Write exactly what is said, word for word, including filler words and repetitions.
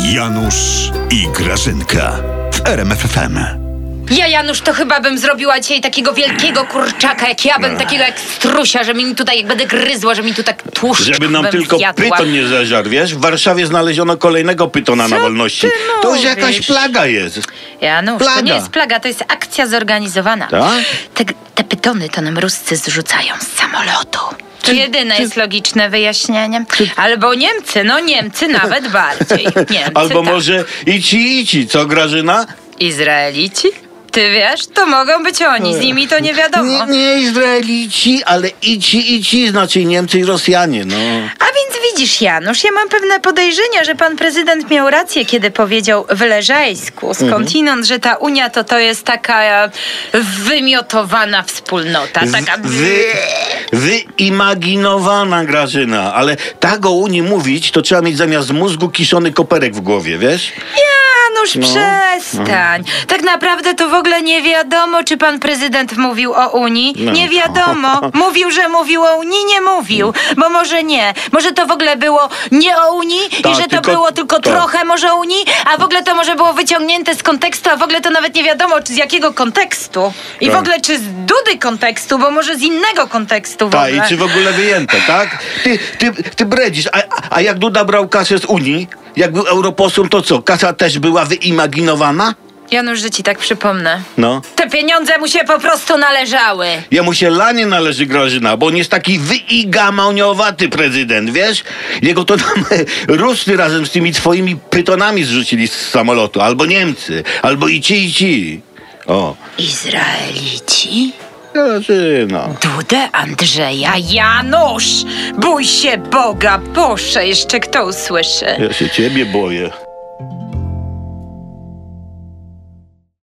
Janusz i Grażynka w R M F F M. Ja, Janusz, to chyba bym zrobiła dzisiaj takiego wielkiego kurczaka, jak ja bym, takiego jak strusia, że mi tu tak, jak będę gryzła, że mi tu tak tłuszcz Żeby nam bym tylko zjadła. pyton nie zeżarł, wiesz? W Warszawie znaleziono kolejnego pytona na Co wolności. ty To już jakaś mówisz? plaga jest. Janusz, to Plaga. nie jest plaga, to jest akcja zorganizowana. Tak? Te, te pytony to nam Ruscy zrzucają z samolotu. To jedyne jest logiczne wyjaśnienie. Albo Niemcy, no Niemcy nawet bardziej. Niemcy, Albo tak. może ici ici, co Grażyna? Izraelici? Ty wiesz, to mogą być oni, z nimi to nie wiadomo. Nie, nie Izraelici, ale ici ici, znaczy Niemcy i Rosjanie, no. A więc widzisz, Janusz, ja mam pewne podejrzenia, że pan prezydent miał rację, kiedy powiedział w Leżajsku skądinąd, że ta Unia to to jest taka e, wymiotowana wspólnota. Taka... Wy, wyimaginowana Grażyna, ale tak o Unii mówić, to trzeba mieć zamiast mózgu kiszony koperek w głowie, wiesz? Janusz, przestań. Tak naprawdę to w ogóle nie wiadomo, czy pan prezydent mówił o Unii. No. Nie wiadomo. Mówił, że mówił o Unii, nie mówił. Bo może nie. Może to w ogóle było nie o Unii i Tak, że to tylko było tylko to. trochę może o Unii, a w ogóle to może było wyciągnięte z kontekstu, a w ogóle to nawet nie wiadomo, czy z jakiego kontekstu. I w Tak. ogóle czy z Dudy kontekstu, bo może z innego kontekstu w Tak, ogóle. i czy w ogóle wyjęte, tak? Ty, ty, ty bredzisz, a, a jak Duda brał kasę z Unii, jak był europosłem, to co, kasa też była wyimaginowana? Janusz, że ci tak przypomnę. No. Te pieniądze mu się po prostu należały. Jemu się lanie należy Grażyna, bo on jest taki wyigamoniowaty prezydent, wiesz? Jego to tam Ruscy razem z tymi twoimi pytonami zrzucili z samolotu. Albo Niemcy, albo i ci, i ci. O. Izraelici? Grażyna. Dudę, Andrzeja, Janusz! Bój się Boga, Boże, jeszcze kto usłyszy? Ja się ciebie boję.